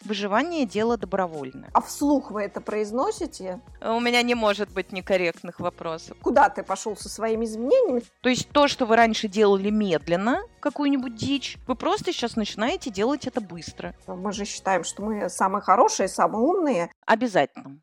Выживание – дело добровольное. А вслух вы это произносите? У меня не может быть некорректных вопросов. Куда ты пошел со своими изменениями? То есть то, что вы раньше делали медленно, какую-нибудь дичь, вы просто сейчас начинаете делать это быстро. Мы же считаем, что мы самые хорошие, самые умные. Обязательно.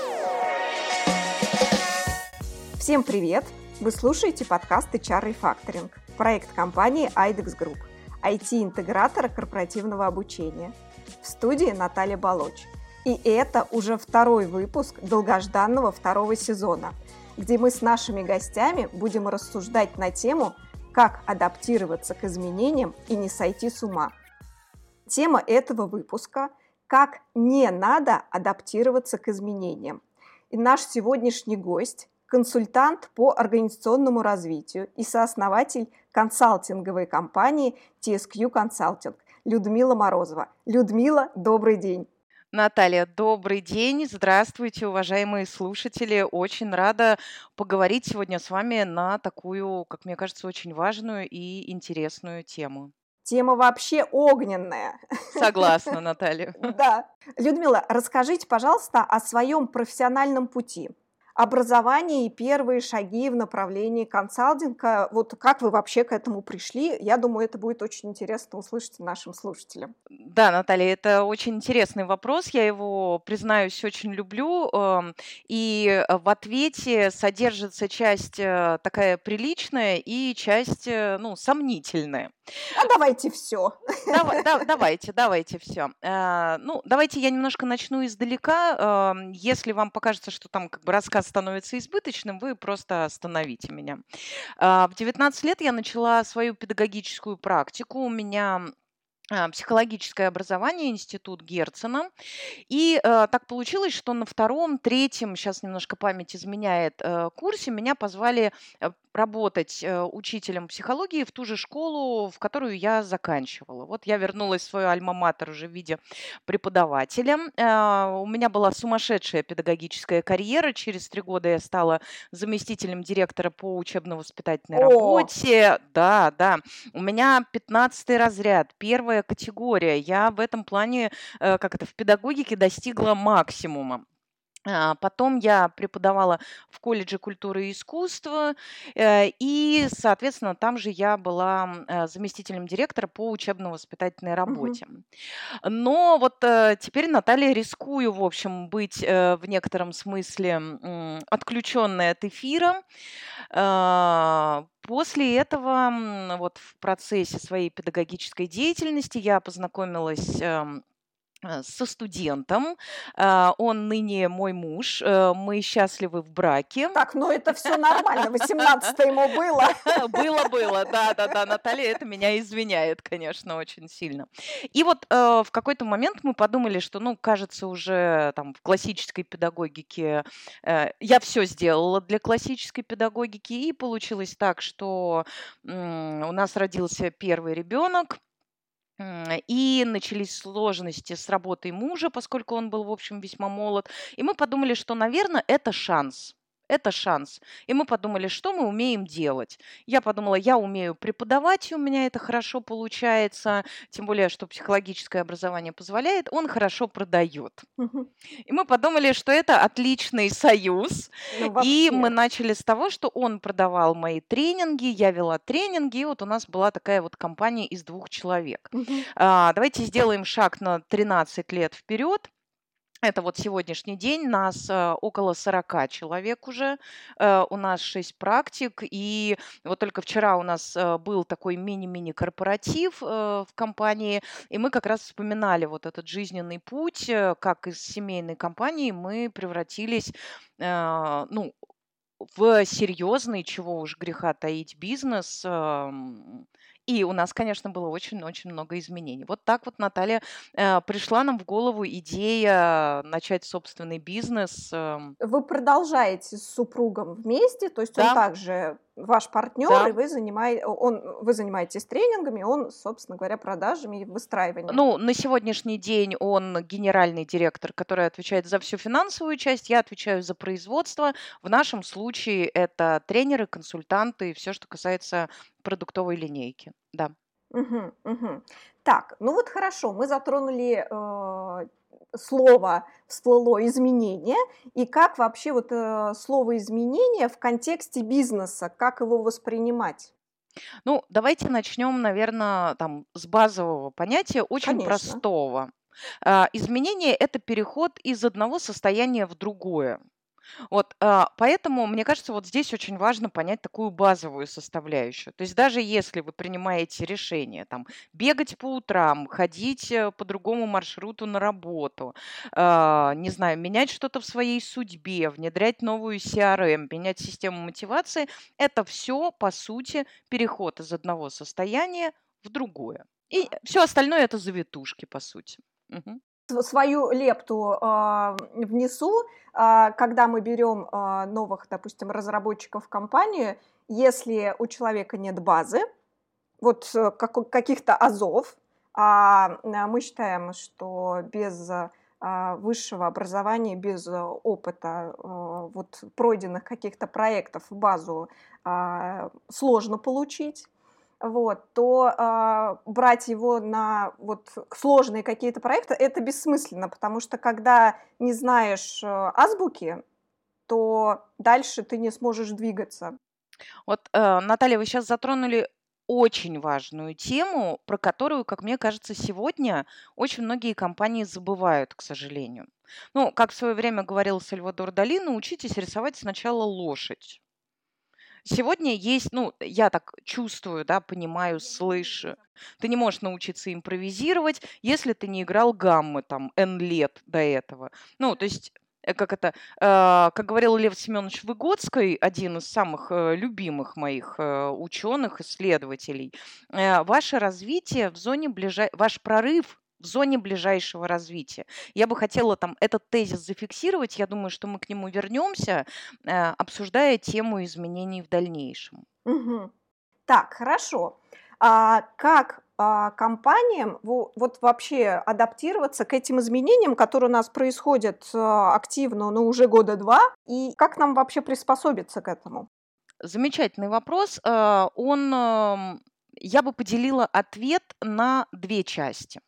Всем привет! Вы слушаете подкаст HR Refactoring, проект компании IDEX Group, IT-интегратора корпоративного обучения. В студии Наталья Балоч. И это уже второй выпуск долгожданного второго сезона, где мы с нашими гостями будем рассуждать на тему, как адаптироваться к изменениям и не сойти с ума. Тема этого выпуска – как не надо адаптироваться к изменениям. И наш сегодняшний гость – консультант по организационному развитию и сооснователь консалтинговой компании TSQ Consulting Людмила Морозова. Людмила, добрый день. Наталья, добрый день. Здравствуйте, уважаемые слушатели. Очень рада поговорить сегодня с вами на такую, как мне кажется, очень важную и интересную тему. Тема вообще огненная. Согласна, Наталья. Да. Людмила, расскажите, пожалуйста, о своем профессиональном пути. Образование и первые шаги в направлении консалтинга. Вот как вы вообще к этому пришли? Я думаю, это будет очень интересно услышать нашим слушателям. Да, Наталья, это очень интересный вопрос. Я его, признаюсь, очень люблю. И в ответе содержится часть такая приличная и часть, сомнительная. А давайте все. Давайте все. Давайте я немножко начну издалека. Если вам покажется, что там как бы рассказ становится избыточным, вы просто остановите меня. В 19 лет я начала свою педагогическую практику. У меня психологическое образование, институт Герцена. И так получилось, что на втором, третьем, сейчас немножко память изменяет, курсе меня позвали работать учителем психологии в ту же школу, в которую я заканчивала. Вот я вернулась в свой альма-матер уже в виде преподавателя. У меня была сумасшедшая педагогическая карьера. Через 3 года я стала заместителем директора по учебно-воспитательной работе. Да. У меня 15 разряд, первая категория. Я в этом плане, в педагогике достигла максимума. Потом я преподавала в колледже культуры и искусства, и, соответственно, там же я была заместителем директора по учебно-воспитательной работе. Но вот теперь, Наталья, рискую, в общем, быть в некотором смысле отключенной от эфира. После этого, вот в процессе своей педагогической деятельности я познакомилась со студентом. Он ныне мой муж. Мы счастливы в браке. Так, это все нормально. 18-е ему было. Было. Да. Наталья, это меня извиняет, конечно, очень сильно. И вот в какой-то момент мы подумали, что, кажется, уже там в классической педагогике я все сделала для классической педагогики, и получилось так, что у нас родился первый ребенок. И начались сложности с работой мужа, поскольку он был, в общем, весьма молод. И мы подумали, что, наверное, это шанс. Это шанс. И мы подумали, что мы умеем делать. Я подумала, я умею преподавать, и у меня это хорошо получается. Тем более, что психологическое образование позволяет, он хорошо продает. И мы подумали, что это отличный союз. И мы начали с того, что он продавал мои тренинги, я вела тренинги, и вот у нас была такая вот компания из 2 человек. Давайте сделаем шаг на 13 лет вперед. Это вот сегодняшний день, нас около 40 человек уже, у нас 6 практик, и вот только вчера у нас был такой мини-мини корпоратив в компании, и мы как раз вспоминали вот этот жизненный путь, как из семейной компании мы превратились, в серьезный, чего уж греха таить, бизнес. И у нас, конечно, было очень-очень много изменений. Вот так вот, Наталья, пришла нам в голову идея начать собственный бизнес. Вы продолжаете с супругом вместе, то есть он Да. также ваш партнер, Да. и вы занимаетесь тренингами, он, собственно говоря, продажами и выстраиванием. На сегодняшний день он генеральный директор, который отвечает за всю финансовую часть, я отвечаю за производство. В нашем случае это тренеры, консультанты, все, что касается продуктовой линейки. Да. Мгм, мгм. Так, ну вот хорошо, мы затронули, слово, всплыло изменение, и как вообще вот, слово изменение в контексте бизнеса, как его воспринимать? Ну, давайте начнем, наверное, там с базового понятия, очень Конечно. простого. Изменение– это переход из одного состояния в другое. Вот, поэтому, мне кажется, вот здесь очень важно понять такую базовую составляющую. То есть даже если вы принимаете решение там бегать по утрам, ходить по другому маршруту на работу, не знаю, менять что-то в своей судьбе, внедрять новую CRM, менять систему мотивации, это все, по сути, переход из одного состояния в другое. И все остальное это завитушки, по сути. Мгм. Свою лепту, внесу. Когда мы берем, новых, допустим, разработчиков в компанию, если у человека нет базы, вот, каких-то азов, мы считаем, что без, высшего образования, без, опыта, вот пройденных каких-то проектов базу, сложно получить. Вот, то, брать его на вот сложные какие-то проекты — это бессмысленно, потому что когда не знаешь, азбуки, то дальше ты не сможешь двигаться. Вот, Наталья, вы сейчас затронули очень важную тему, про которую, как мне кажется, сегодня очень многие компании забывают, к сожалению. Ну, как в свое время говорил Сальвадор Дали, научитесь рисовать сначала лошадь. Сегодня есть, ну, я так чувствую, да, понимаю, слышу. Ты не можешь научиться импровизировать, если ты не играл гаммы там N лет до этого. Ну, то есть, как это, как говорил Лев Семенович Выгодский, один из самых любимых моих ученых, исследователей, ваше развитие в зоне ваш прорыв в зоне ближайшего развития. Я бы хотела там этот тезис зафиксировать. Я думаю, что мы к нему вернемся, обсуждая тему изменений в дальнейшем. Мгм. Так, хорошо. Как, компаниям вот вообще адаптироваться к этим изменениям, которые у нас происходят, активно, ну, уже года 2, и как нам вообще приспособиться к этому? Замечательный вопрос. Я бы поделила ответ на две части.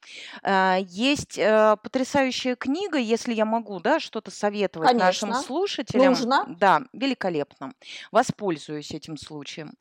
Есть потрясающая книга, если я могу, да, что-то советовать нашим Конечно, слушателям. нужно. Да, великолепно. Воспользуюсь этим случаем.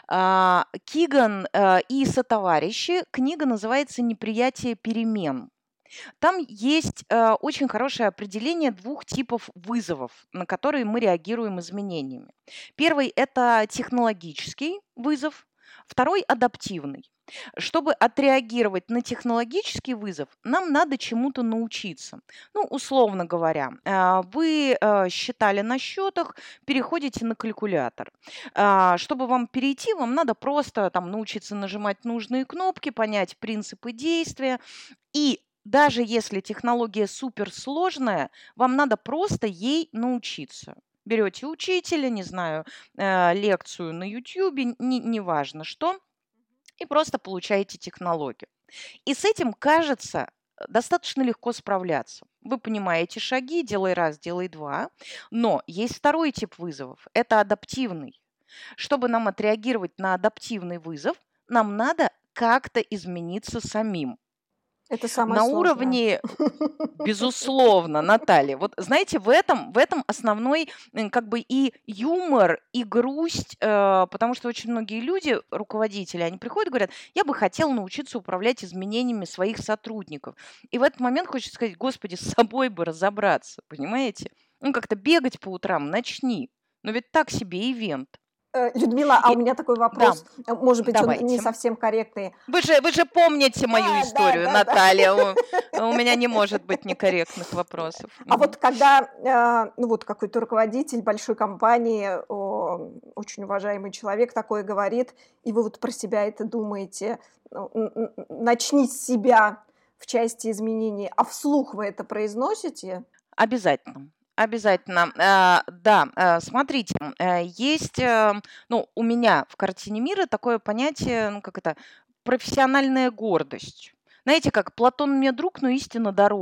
Киган и сотоварищи. Книга называется «Неприятие перемен». Там есть очень хорошее определение двух типов вызовов, на которые мы реагируем изменениями. Первый– это технологический вызов, второй– адаптивный. Чтобы отреагировать на технологический вызов, нам надо чему-то научиться. Ну, условно говоря, вы считали на счетах, переходите на калькулятор. Чтобы вам перейти, вам надо просто там научиться нажимать нужные кнопки, понять принципы действия. И даже если технология суперсложная, вам надо просто ей научиться. Берете учителя, не знаю, лекцию на "Ютьюбе", неважно что, и просто получаете технологию. И с этим, кажется, достаточно легко справляться. Вы понимаете шаги: делай раз, делай два. Но есть второй тип вызовов– это адаптивный. Чтобы нам отреагировать на адаптивный вызов, нам надо как-то измениться самим. Это самое На сложное. уровне безусловно, Наталья. Вот знаете, в этом основной, как бы и юмор, и грусть, потому что очень многие люди, руководители, они приходят и говорят: "Я бы хотел научиться управлять изменениями своих сотрудников". И в этот момент хочется сказать: "Господи, с собой бы разобраться". Понимаете? Ну, как-то бегать по утрам начни. Но ведь так себе ивент. Людмила, а у И меня такой да, вопрос, может быть, он не давайте. совсем корректный. Вы же помните мою Да, да, историю, да, да. Наталья. У меня не может быть некорректных вопросов. А Мгм. вот когда, ну вот какой-то руководитель большой компании, очень уважаемый человек такое говорит, и вы вот про себя это думаете, начни с себя в части изменений, а вслух вы это произносите? Обязательно. Обязательно. Да, смотрите, есть, ну, у меня в картине мира такое понятие, ну, как это, профессиональная гордость. Знаете, как Платон мне друг, но истина дороже.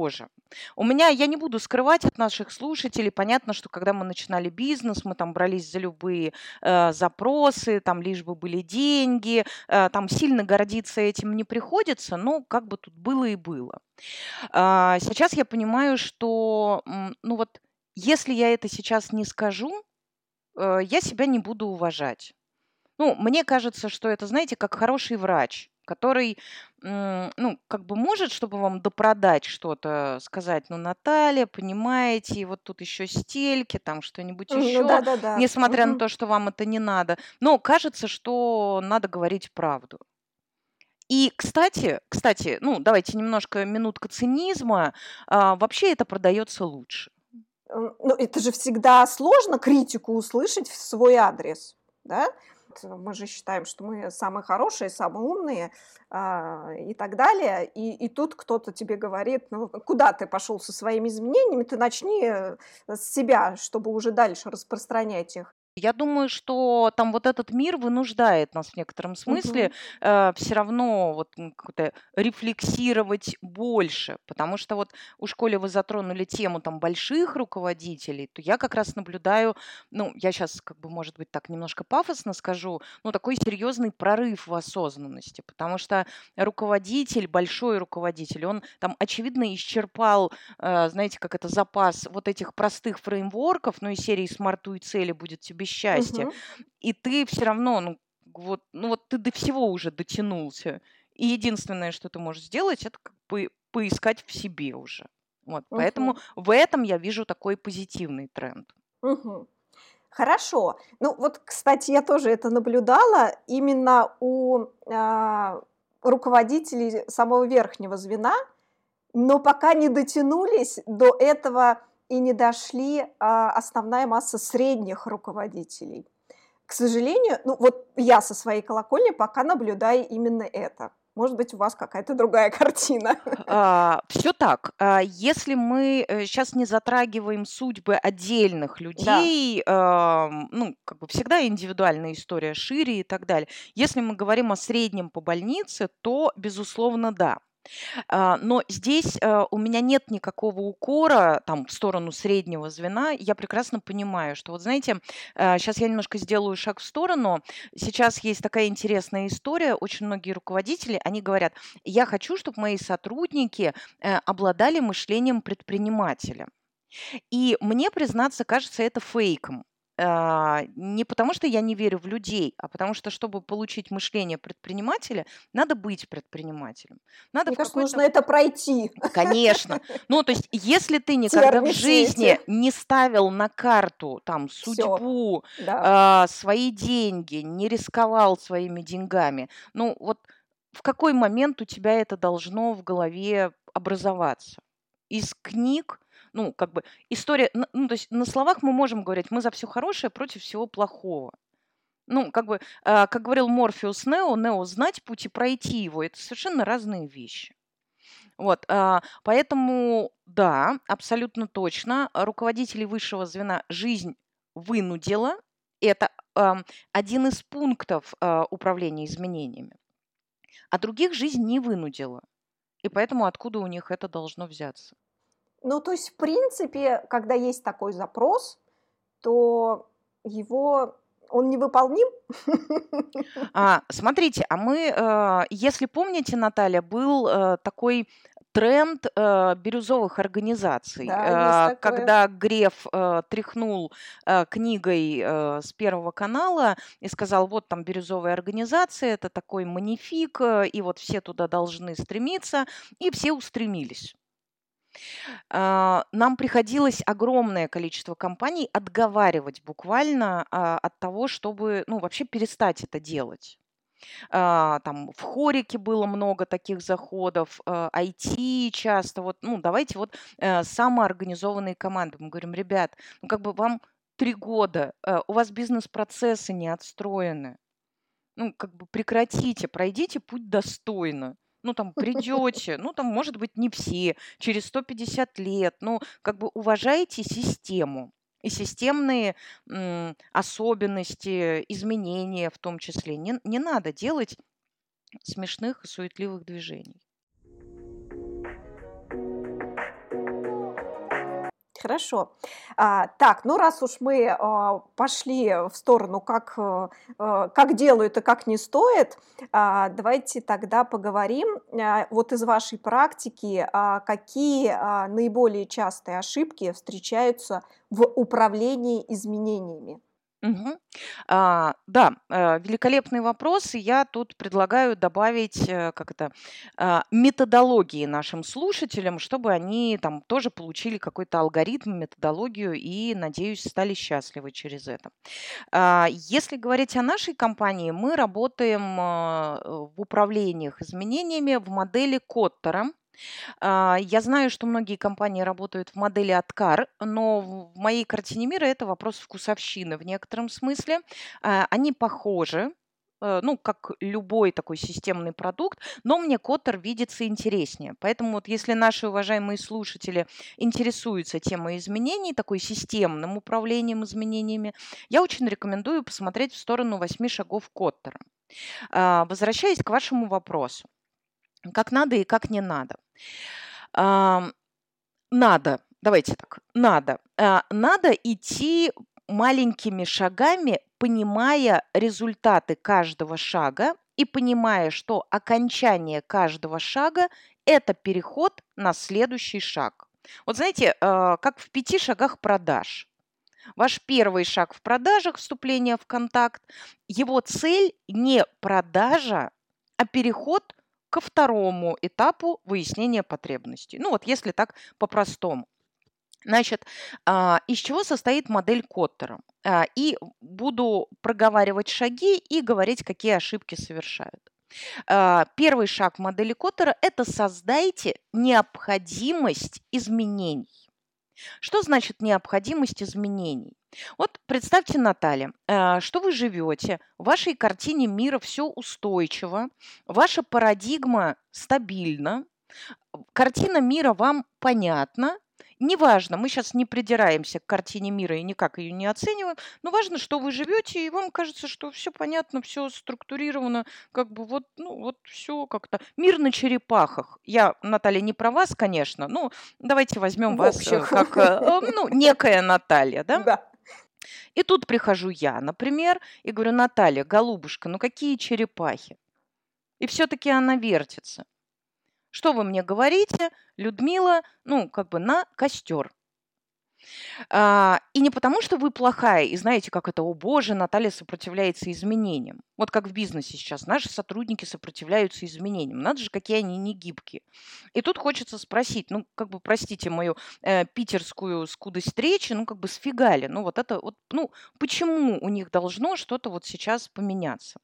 Я не буду скрывать от наших слушателей, понятно, что когда мы начинали бизнес, мы там брались за любые запросы, там лишь бы были деньги, там сильно гордиться этим не приходится, но как бы тут было и было. Сейчас я понимаю, что, ну вот, если я это сейчас не скажу, я себя не буду уважать. Ну, мне кажется, что это, знаете, как хороший врач, который, ну, как бы может, чтобы вам допродать что-то, сказать, ну, Наталья, понимаете, и вот тут еще стельки, там что-нибудь Ну еще, да-да-да. несмотря на то, что вам это не надо. Но кажется, что надо говорить правду. И, кстати, ну, давайте немножко минутка цинизма. Вообще это продается лучше. Ну, это же всегда сложно критику услышать в свой адрес, да? Мы же считаем, что мы самые хорошие, самые умные и так далее. И тут кто-то тебе говорит, ну, куда ты пошел со своими изменениями, ты начни с себя, чтобы уже дальше распространять их. Я думаю, что там вот этот мир вынуждает нас в некотором смысле Мгм. все равно вот как-то рефлексировать больше, потому что вот уж коли вы затронули тему там больших руководителей, то я как раз наблюдаю, ну, я сейчас как бы, может быть, так немножко пафосно скажу, ну, такой серьезный прорыв в осознанности, потому что руководитель, большой руководитель, он там очевидно исчерпал, знаете, как это запас вот этих простых фреймворков, ну, из серии «Смартуй цели, будет тебе счастье». Мгм. И ты все равно, ну вот ты до всего уже дотянулся. И единственное, что ты можешь сделать, это как бы поискать в себе уже. Вот, поэтому Мгм. в этом я вижу такой позитивный тренд. Мгм. Хорошо. Ну вот, кстати, я тоже это наблюдала именно у руководителей самого верхнего звена, но пока не дотянулись до этого и не дошли основная масса средних руководителей. К сожалению, ну вот я со своей колокольни пока наблюдаю именно это. Может быть, у вас какая-то другая картина. Все так. Если мы сейчас не затрагиваем судьбы отдельных Да. людей, ну, как бы всегда индивидуальная история шире и так далее. Если мы говорим о среднем по больнице, то, безусловно, да. Но здесь, у меня нет никакого укора там в сторону среднего звена. Я прекрасно понимаю, что вот знаете, сейчас я немножко сделаю шаг в сторону. Сейчас есть такая интересная история. Очень многие руководители, они говорят: "Я хочу, чтобы мои сотрудники, обладали мышлением предпринимателя". И мне, признаться, кажется это фейком. Не потому, что я не верю в людей, а потому что, чтобы получить мышление предпринимателя, надо быть предпринимателем. Надо Мне в кажется, нужно какой-то это пройти. Конечно. Ну, то есть, если ты никогда в Тернии все эти. жизни не ставил на карту там Все. судьбу, Да. свои деньги, не рисковал своими деньгами, ну, вот в какой момент у тебя это должно в голове образоваться? Из книг, ну, как бы история, ну, то есть на словах мы можем говорить: "Мы за все хорошее против всего плохого". Ну, как бы, как говорил Морфеус Нео: "Нео- знать путь и пройти его". Это совершенно разные вещи. Вот, поэтому да, абсолютно точно, руководителей высшего звена жизнь вынудила. Это, один из пунктов, управления изменениями. А других жизнь не вынудила. И поэтому откуда у них это должно взяться? Ну, то есть, в принципе, когда есть такой запрос, то его он невыполним? Смотрите, если помните, Наталья, был, такой тренд, бирюзовых организаций, Да, есть такое. когда Греф, тряхнул, книгой, с Первого канала и сказал: "Вот там бирюзовая организация, это такой манифик, и вот все туда должны стремиться". И все устремились. Нам приходилось огромное количество компаний отговаривать буквально, от того, чтобы, ну, вообще перестать это делать. Там в хорике было много таких заходов, IT часто. Вот, ну, давайте вот, самоорганизованные команды. Мы говорим: "Ребят, ну, как бы вам 3 года, у вас бизнес-процессы не отстроены. Ну, как бы прекратите, пройдите путь достойно. Ну, там придете, ну, там, может быть, не все, через 150 лет. Ну, как бы уважайте систему и системные особенности, изменения в том числе. Не надо делать смешных и суетливых движений". Хорошо. Так, ну раз уж мы пошли в сторону, как делают и как не стоит, давайте тогда поговорим вот из вашей практики, какие наиболее частые ошибки встречаются в управлении изменениями. Мгм. Да, великолепный вопрос. И я тут предлагаю добавить, методологии нашим слушателям, чтобы они там тоже получили какой-то алгоритм, методологию и, надеюсь, стали счастливы через это. Если говорить о нашей компании, мы работаем, в управлениях изменениями в модели Коттера. Я знаю, что многие компании работают в модели Откар, но в моей картине мира это вопрос вкусовщины в некотором смысле. Они похожи, ну, как любой такой системный продукт, но мне Коттер видится интереснее. Поэтому вот если наши уважаемые слушатели интересуются темой изменений, такой системным управлением изменениями, я очень рекомендую посмотреть в сторону 8 шагов Коттера. Возвращаясь к вашему вопросу, как надо и как не надо. Ам, Надо, давайте так, надо. Надо идти маленькими шагами, понимая результаты каждого шага и понимая, что окончание каждого шага– это переход на следующий шаг. Вот знаете, как в 5 шагах продаж. Ваш первый шаг в продажах, вступление в контакт, его цель не продажа, а переход ко второму этапу выяснения потребностей. Ну вот если так по-простому. Значит, из чего состоит модель Коттера? И буду проговаривать шаги и говорить, какие ошибки совершают. Первый шаг в модели Коттера– это создайте необходимость изменений. Что значит необходимость изменений? Вот представьте, Наталья, что вы живете, в вашей картине мира все устойчиво, ваша парадигма стабильна, картина мира вам понятна. Неважно, мы сейчас не придираемся к картине мира и никак ее не оцениваем, но важно, что вы живете, и вам кажется, что все понятно, все структурировано, как бы вот, ну, вот все как-то. Мир на черепахах. Я, Наталья, не про вас, конечно, но давайте возьмем В вас общих. как, ну, некая Наталья, да? Да. И тут прихожу я, например, и говорю: Наталья, голубушка, ну какие черепахи? И все-таки она вертится. Что вы мне говорите, Людмила, ну, как бы на костер. И не потому, что вы плохая, и знаете, как это, о боже, Наталья сопротивляется изменениям. Вот как в бизнесе сейчас, наши сотрудники сопротивляются изменениям. Надо же, какие они не гибкие. И тут хочется спросить, ну, как бы, простите мою питерскую скудость речи, ну, как бы сфигали. Ну, вот это вот, ну, почему у них должно что-то вот сейчас поменяться?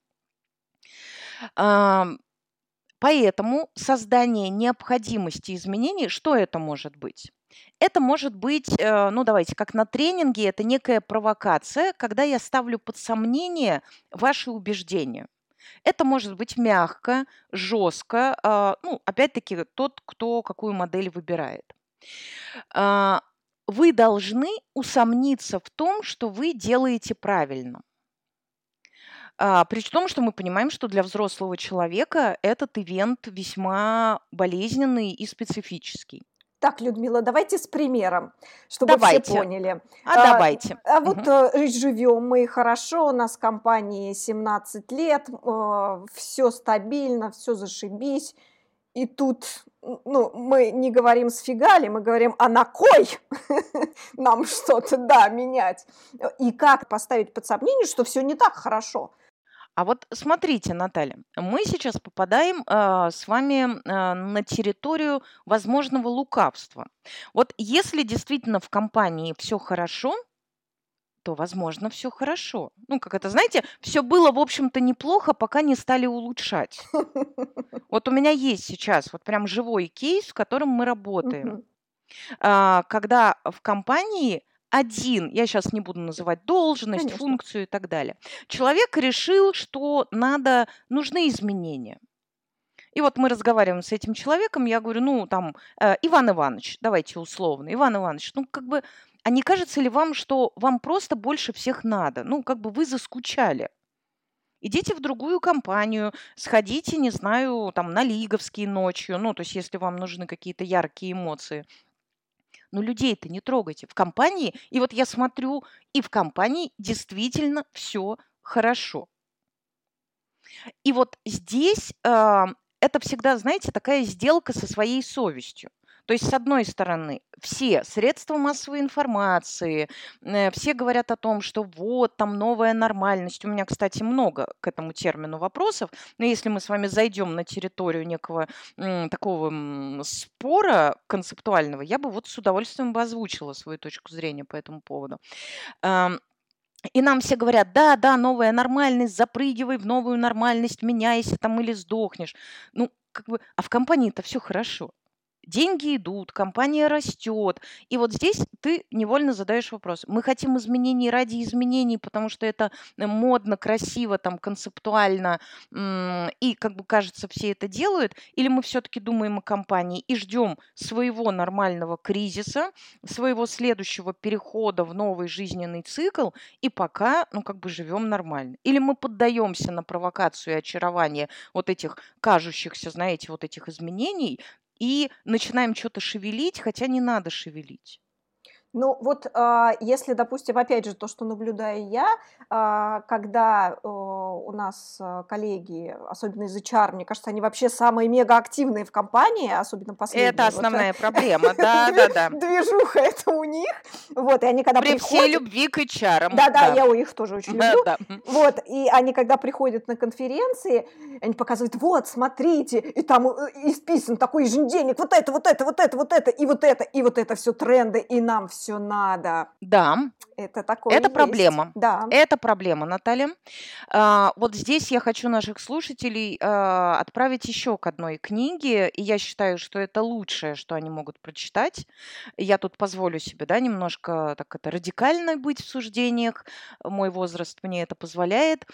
Ам, Поэтому создание необходимости изменений, что это может быть? Это может быть, ну давайте, как на тренинге, это некая провокация, когда я ставлю под сомнение ваши убеждения. Это может быть мягко, жестко, ну, опять-таки, тот, кто какую модель выбирает. А, Вы должны усомниться в том, что вы делаете правильно. При том, что мы понимаем, что для взрослого человека этот ивент весьма болезненный и специфический. Так, Людмила, давайте с примером, чтобы все Давайте. поняли. Давайте. Вот живем мы хорошо, у нас в компании 17 лет, все стабильно, все зашибись. И тут, ну, мы не говорим сфигали, мы говорим, а на кой нам что-то, да, менять? И как поставить под сомнение, что все не так хорошо? А вот смотрите, Наталья, мы сейчас попадаем с вами на территорию возможного лукавства. Вот если действительно в компании все хорошо, то, возможно, все хорошо. Ну, как это, знаете, все было, в общем-то, неплохо, пока не стали улучшать. Вот у меня есть сейчас вот прям живой кейс, в котором мы работаем. Мгм. Когда в компании один, я сейчас не буду называть должность, Конечно. функцию и так далее, человек решил, что нужны изменения. И вот мы разговариваем с этим человеком, я говорю, ну, там, Иван Иванович, давайте условно, Иван Иванович, ну, как бы, а не кажется ли вам, что вам просто больше всех надо? Ну, как бы вы заскучали. Идите в другую компанию, сходите, не знаю, там, на Лиговский ночью, ну, то есть если вам нужны какие-то яркие эмоции. но людей-то не трогайте. В компании, и вот я смотрю, и в компании действительно все хорошо. И вот здесь это всегда, знаете, такая сделка со своей совестью. То есть, с одной стороны, все средства массовой информации, все говорят о том, что вот там новая нормальность. У меня, кстати, много к этому термину вопросов, но если мы с вами зайдем на территорию некого такого спора концептуального, я бы вот с удовольствием бы озвучила свою точку зрения по этому поводу. Ам, И нам все говорят, да, да, новая нормальность, запрыгивай в новую нормальность, меняйся там или сдохнешь. Ну, как бы, а в компании-то все хорошо. Деньги идут, компания растет. И вот здесь ты невольно задаешь вопрос. Мы хотим изменений ради изменений, потому что это модно, красиво, там, концептуально, и, как бы кажется, все это делают. Или мы все-таки думаем о компании и ждем своего нормального кризиса, своего следующего перехода в новый жизненный цикл, и пока, ну, как бы живем нормально. Или мы поддаемся на провокацию и очарование вот этих кажущихся, знаете, вот этих изменений, и начинаем что то шевелить, хотя не надо шевелить. Ну вот, если, допустим, опять же, то, что наблюдаю я, когда у нас коллеги, особенно из HR, мне кажется, они вообще самые мегаактивные в компании, особенно Это последние. Вот, основная проблема. Да-да-да. движуха это у них. Вот, и они когда При всей приходят... любви к HR. Да-да, я у них тоже очень люблю. Да. Вот, и они, когда приходят на конференции, они показывают, вот, смотрите, и там исписан такой еженедельник, вот это, вот это, вот это, вот это, и вот это все тренды, и нам все надо. Да, Это такое это есть. проблема. Да. Это проблема, Наталья. Вот здесь я хочу наших слушателей отправить еще к одной книге, и я считаю, что это лучшее, что они могут прочитать. Я тут позволю себе, да, немножко так это радикально быть в суждениях. Мой возраст мне это позволяет.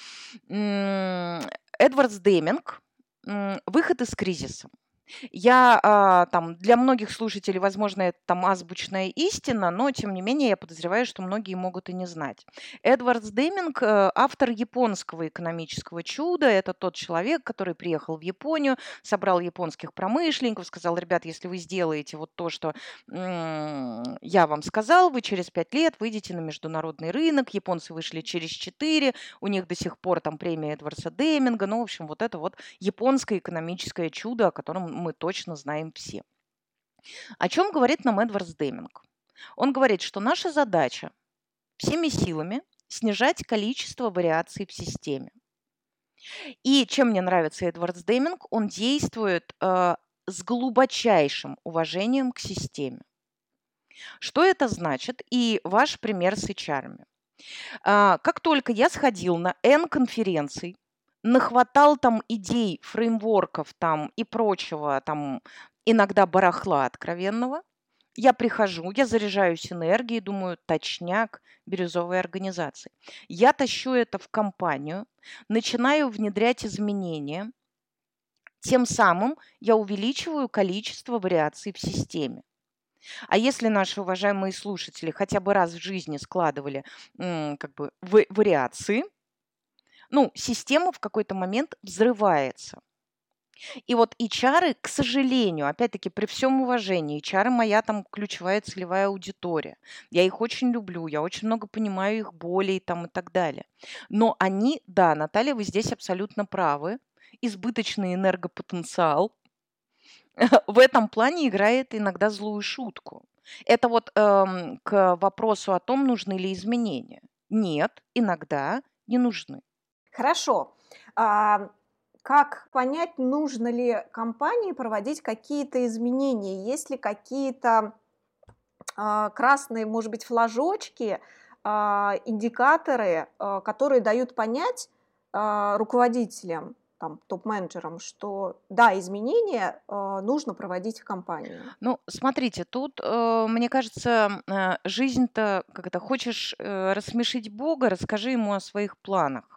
Эдвард Деминг «Выход из кризиса». Я там для многих слушателей, возможно, это там азбучная истина, но тем не менее я подозреваю, что многие могут и не знать. Эдвард Деминг, автор японского экономического чуда, это тот человек, который приехал в Японию, собрал японских промышленников, сказал, ребят, если вы сделаете вот то, что я вам сказал, вы через 5 лет выйдете на международный рынок, японцы вышли через 4, у них до сих пор там премия Эдварда Деминга, ну, в общем, вот это вот японское экономическое чудо, о котором мы точно знаем все. О чем говорит нам Эдвард Деминг? Он говорит, что наша задача всеми силами снижать количество вариаций в системе. И чем мне нравится Эдвард Деминг, он действует с глубочайшим уважением к системе. Что это значит? И ваш пример с HR. Как только я сходил на N конференций, нахватал там идей, фреймворков там и прочего, там иногда барахла откровенного, я прихожу, я заряжаюсь энергией, думаю, точняк бирюзовой организации. Я тащу это в компанию, начинаю внедрять изменения, тем самым я увеличиваю количество вариаций в системе. А если наши уважаемые слушатели хотя бы раз в жизни складывали как бы вариации, ну, система в какой-то момент взрывается. И вот HR, к сожалению, опять-таки при всем уважении, HR моя там ключевая целевая аудитория. Я их очень люблю, я очень много понимаю их болей там и так далее. Но они, да, Наталья, вы здесь абсолютно правы, избыточный энергопотенциал в этом плане играет иногда злую шутку. Это вот к вопросу о том, нужны ли изменения. Нет, иногда не нужны. Хорошо. Как понять, нужно ли компании проводить какие-то изменения? Есть ли какие-то красные, может быть, флажочки, индикаторы, которые дают понять руководителям, там, топ-менеджерам, что да, изменения нужно проводить в компании? Ну, смотрите, тут, мне кажется, жизнь-то, как это, хочешь рассмешить Бога, расскажи ему о своих планах.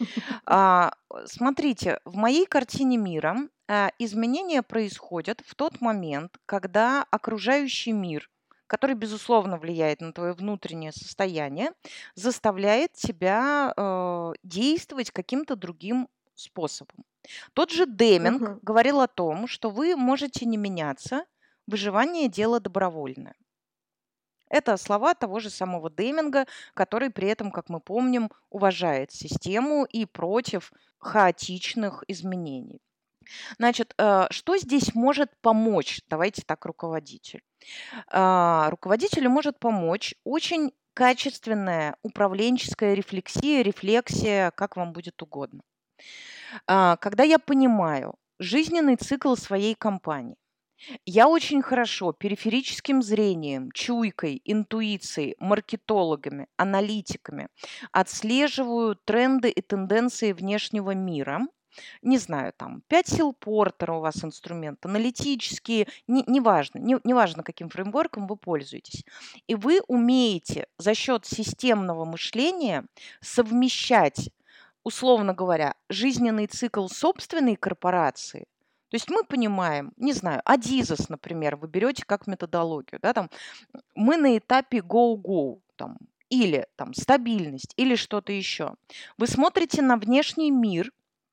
Смотрите, в моей картине мира изменения происходят в тот момент, когда окружающий мир, который, безусловно, влияет на твое внутреннее состояние, заставляет тебя действовать каким-то другим способом. Тот же Деминг Мгм. говорил о том, что вы можете не меняться, выживание – дело добровольное. Это слова того же самого Деминга, который при этом, как мы помним, уважает систему и против хаотичных изменений. Значит, что здесь может помочь? Давайте так, руководитель. Руководителю может помочь очень качественная управленческая рефлексия, как вам будет угодно. Когда я понимаю жизненный цикл своей компании, я очень хорошо периферическим зрением, чуйкой, интуицией, маркетологами, аналитиками отслеживаю тренды и тенденции внешнего мира. Не знаю, там 5 сил Портера у вас инструмент, аналитические, неважно, каким фреймворком вы пользуетесь. И вы умеете за счет системного мышления совмещать, условно говоря, жизненный цикл собственной корпорации. То есть мы понимаем, не знаю, Адизес, например, вы берете как методологию, да, там мы на этапе go-go, там, или там стабильность, или что-то еще. Вы смотрите на внешний мир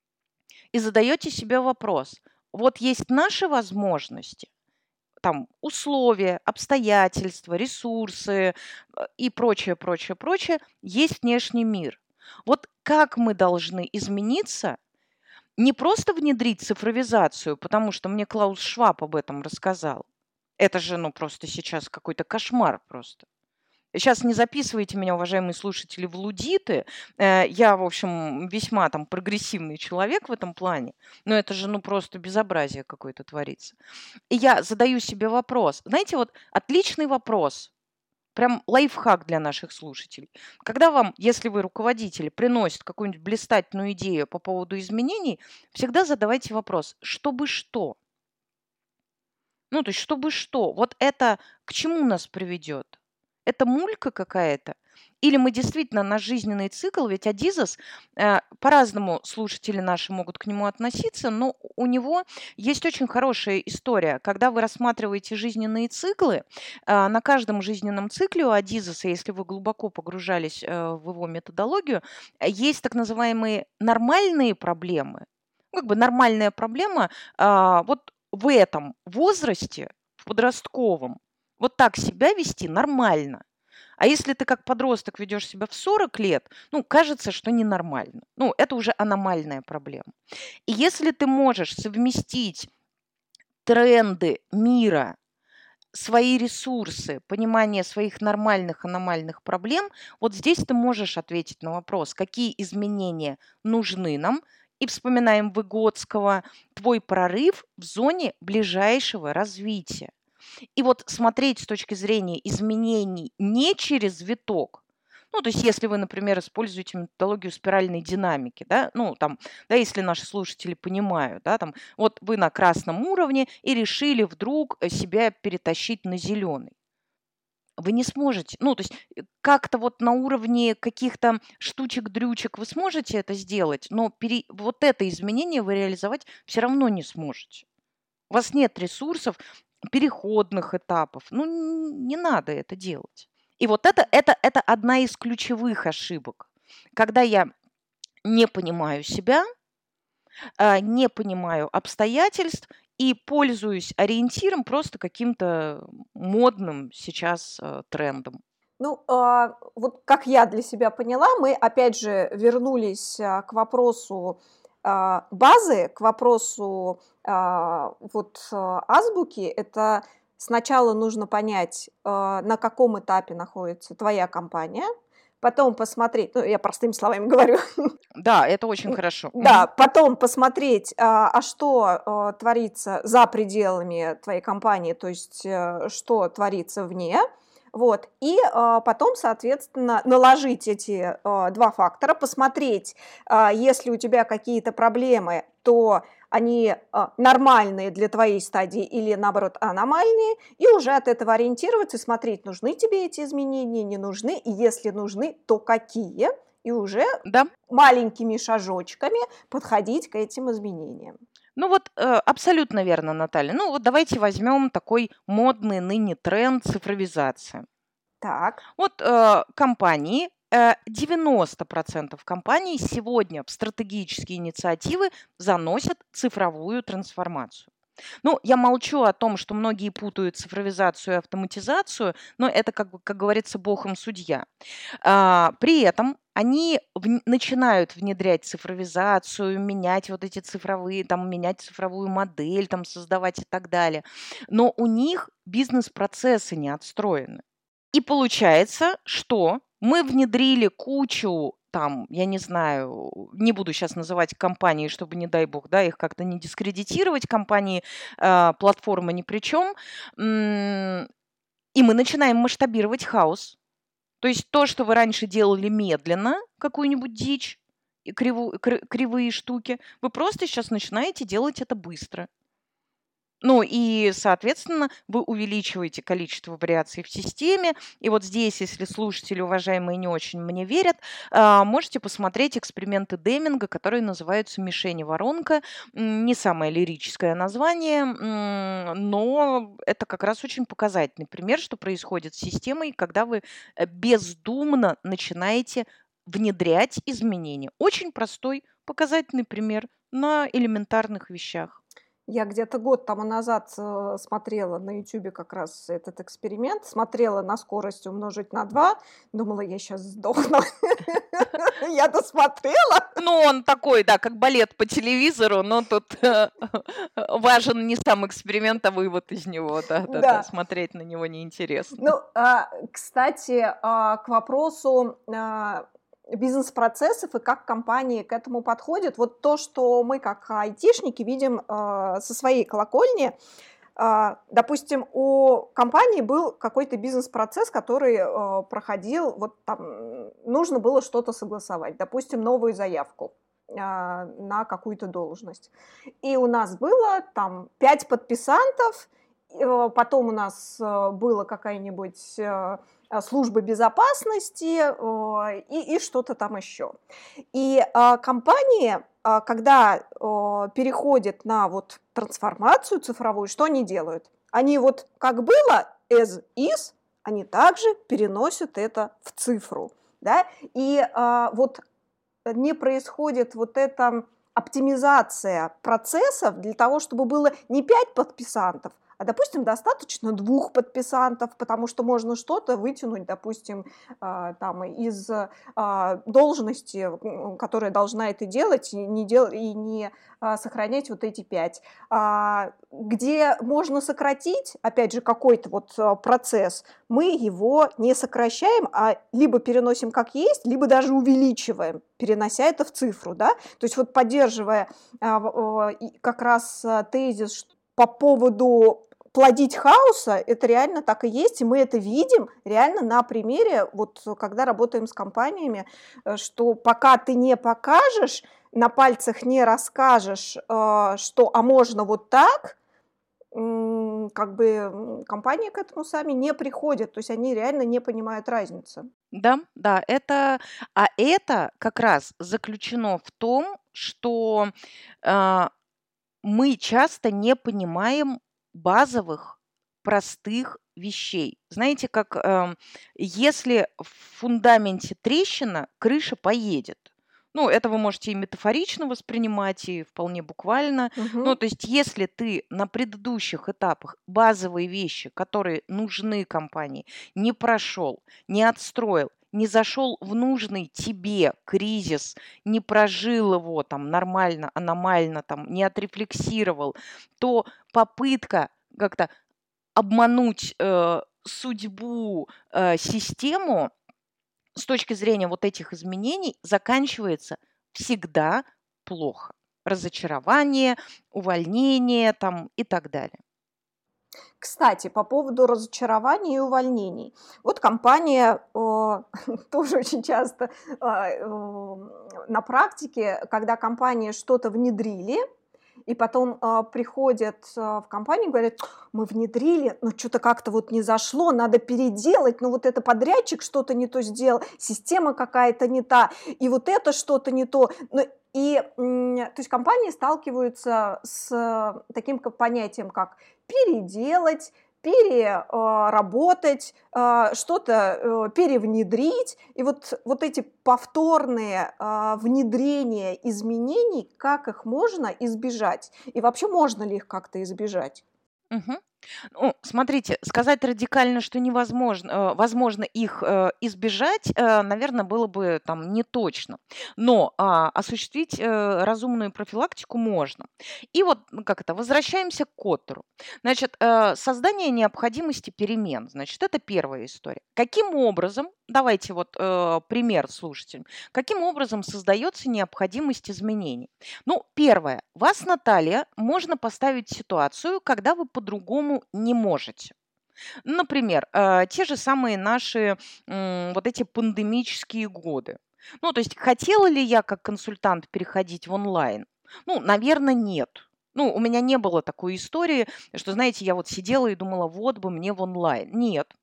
и задаете себе вопрос: вот есть наши возможности, там условия, обстоятельства, ресурсы и прочее, прочее, прочее, есть внешний мир. Вот как мы должны измениться, не просто внедрить цифровизацию, потому что мне Клаус Шваб об этом рассказал. Это же, ну, просто сейчас какой-то кошмар просто. Сейчас не записывайте меня, уважаемые слушатели, в лудиты. Я, в общем, весьма там прогрессивный человек в этом плане, но это же, ну, просто безобразие какое-то творится. И я задаю себе вопрос. Знаете, вот отличный вопрос, прям лайфхак для наших слушателей. Когда вам, если вы руководитель, приносит какую-нибудь блистательную идею по поводу изменений, всегда задавайте вопрос: чтобы что? Ну, то есть, чтобы что? Вот это к чему нас приведет? Это мулька какая-то? Или мы действительно наш жизненный цикл, ведь Адизес, по-разному слушатели наши могут к нему относиться, но у него есть очень хорошая история. Когда вы рассматриваете жизненные циклы, на каждом жизненном цикле у Адизеса, если вы глубоко погружались в его методологию, есть так называемые нормальные проблемы. Ну, как бы нормальная проблема вот в этом возрасте, в подростковом, вот так себя вести нормально. А если ты как подросток ведешь себя в 40 лет, ну, кажется, что ненормально. Ну, это уже аномальная проблема. И если ты можешь совместить тренды мира, свои ресурсы, понимание своих нормальных, аномальных проблем, вот здесь ты можешь ответить на вопрос, какие изменения нужны нам, и вспоминаем Выгодского, твой прорыв в зоне ближайшего развития. И вот смотреть с точки зрения изменений не через виток. Ну, то есть если вы, например, используете методологию спиральной динамики, да, ну, там, да, если наши слушатели понимают, да, там, вот вы на красном уровне и решили вдруг себя перетащить на зеленый. Вы не сможете, ну, то есть как-то вот на уровне каких-то штучек-дрючек вы сможете это сделать, но вот это изменение вы реализовать все равно не сможете. У вас нет ресурсов, переходных этапов. Ну, не надо это делать. И вот это одна из ключевых ошибок. Когда я не понимаю себя, не понимаю обстоятельств и пользуюсь ориентиром просто каким-то модным сейчас трендом. Ну, вот как я для себя поняла, мы опять же вернулись к вопросу базы, к вопросу азбуки. Это сначала нужно понять, на каком этапе находится твоя компания, потом посмотреть, ну, я простыми словами говорю. Да, это очень хорошо. Да, потом посмотреть, что творится за пределами твоей компании, то есть что творится вне. Вот. И потом, соответственно, наложить эти два фактора, посмотреть, если у тебя какие-то проблемы, то они нормальные для твоей стадии или, наоборот, аномальные, и уже от этого ориентироваться и смотреть, нужны тебе эти изменения, не нужны, и если нужны, то какие, и уже маленькими шажочками подходить к этим изменениям. Ну вот абсолютно верно, Наталья. Ну вот давайте возьмем такой модный ныне тренд цифровизация. Так. Вот компании, 90% компаний сегодня в стратегические инициативы заносят цифровую трансформацию. Ну, я молчу о том, что многие путают цифровизацию и автоматизацию, но это, как говорится, бог им судья. При этом они начинают внедрять цифровизацию, менять вот эти цифровые, там, менять цифровую модель, там, создавать и так далее. Но у них бизнес-процессы не отстроены. И получается, что мы внедрили кучу там, я не знаю, не буду сейчас называть компании, чтобы, не дай бог, да, их как-то не дискредитировать, компании, платформа ни при чём. И мы начинаем масштабировать хаос. То есть то, что вы раньше делали медленно, какую-нибудь дичь и кривые штуки, вы просто сейчас начинаете делать это быстро. Ну и, соответственно, вы увеличиваете количество вариаций в системе. И вот здесь, если слушатели, уважаемые, не очень мне верят, можете посмотреть эксперименты Деминга, которые называются «Мишень и воронка». Не самое лирическое название, но это как раз очень показательный пример, что происходит с системой, когда вы бездумно начинаете внедрять изменения. Очень простой показательный пример на элементарных вещах. Я где-то год тому назад смотрела на Ютубе как раз этот эксперимент, смотрела на скорость умножить на 2, думала, я сейчас сдохну. Я досмотрела. Ну, он такой, да, как балет по телевизору, но тут важен не сам эксперимент, а вывод из него, да, смотреть на него неинтересно. Ну, кстати, к вопросу бизнес-процессов и как компании к этому подходят. Вот то, что мы как айтишники видим со своей колокольни, допустим, у компании был какой-то бизнес-процесс, который проходил, вот там нужно было что-то согласовать, допустим, новую заявку на какую-то должность. И у нас было там 5 подписантов, потом у нас была какая-нибудь служба безопасности и что-то там еще. И компании, когда переходят на вот трансформацию цифровую, что они делают? Они вот как было as is, они также переносят это в цифру. Да? И вот не происходит вот эта оптимизация процессов для того, чтобы было не 5 подписантов, а, допустим, достаточно 2 подписантов, потому что можно что-то вытянуть, допустим, там, из должности, которая должна это делать, и не сохранять вот эти 5. Где можно сократить, опять же, какой-то вот процесс, мы его не сокращаем, а либо переносим как есть, либо даже увеличиваем, перенося это в цифру. Да? То есть вот поддерживая как раз тезис по поводу плодить хаоса, это реально так и есть, и мы это видим реально на примере, вот когда работаем с компаниями, что пока ты не покажешь, на пальцах не расскажешь, что а можно вот так, как бы компании к этому сами не приходят, то есть они реально не понимают разницы. Да, это как раз заключено в том, что мы часто не понимаем базовых, простых вещей. Знаете, как если в фундаменте трещина, крыша поедет. Ну, это вы можете и метафорично воспринимать, и вполне буквально. Ну, то есть если ты на предыдущих этапах базовые вещи, которые нужны компании, не прошел, не отстроил, не зашел в нужный тебе кризис, не прожил его там нормально, аномально, там, не отрефлексировал, то попытка как-то обмануть судьбу, систему с точки зрения вот этих изменений заканчивается всегда плохо. Разочарование, увольнение там, и так далее. Кстати, по поводу разочарований и увольнений. Вот компания тоже очень часто на практике, когда компании что-то внедрили, и потом приходят в компанию и говорят, мы внедрили, но что-то как-то вот не зашло, надо переделать, но вот это подрядчик что-то не то сделал, система какая-то не та, и вот это что-то не то. То есть компании сталкиваются с таким понятием, как переделать, переработать, что-то перевнедрить. И вот эти повторные внедрения изменений, как их можно избежать? И вообще можно ли их как-то избежать? Мгм. Ну, смотрите, сказать радикально, что невозможно, возможно их избежать, наверное, было бы там не точно. Но осуществить разумную профилактику можно. И вот, ну, как это, возвращаемся к Коттеру. Значит, создание необходимости перемен, значит, это первая история. Каким образом, давайте вот пример слушателям, каким образом создается необходимость изменений? Ну, первое. Вас, Наталья, можно поставить в ситуацию, когда вы по-другому не можете. Например, те же самые наши вот эти пандемические годы. Ну, то есть хотела ли я как консультант переходить в онлайн? Ну, наверное, нет. Ну, у меня не было такой истории, что, знаете, я вот сидела и думала, вот бы мне в онлайн. Нет.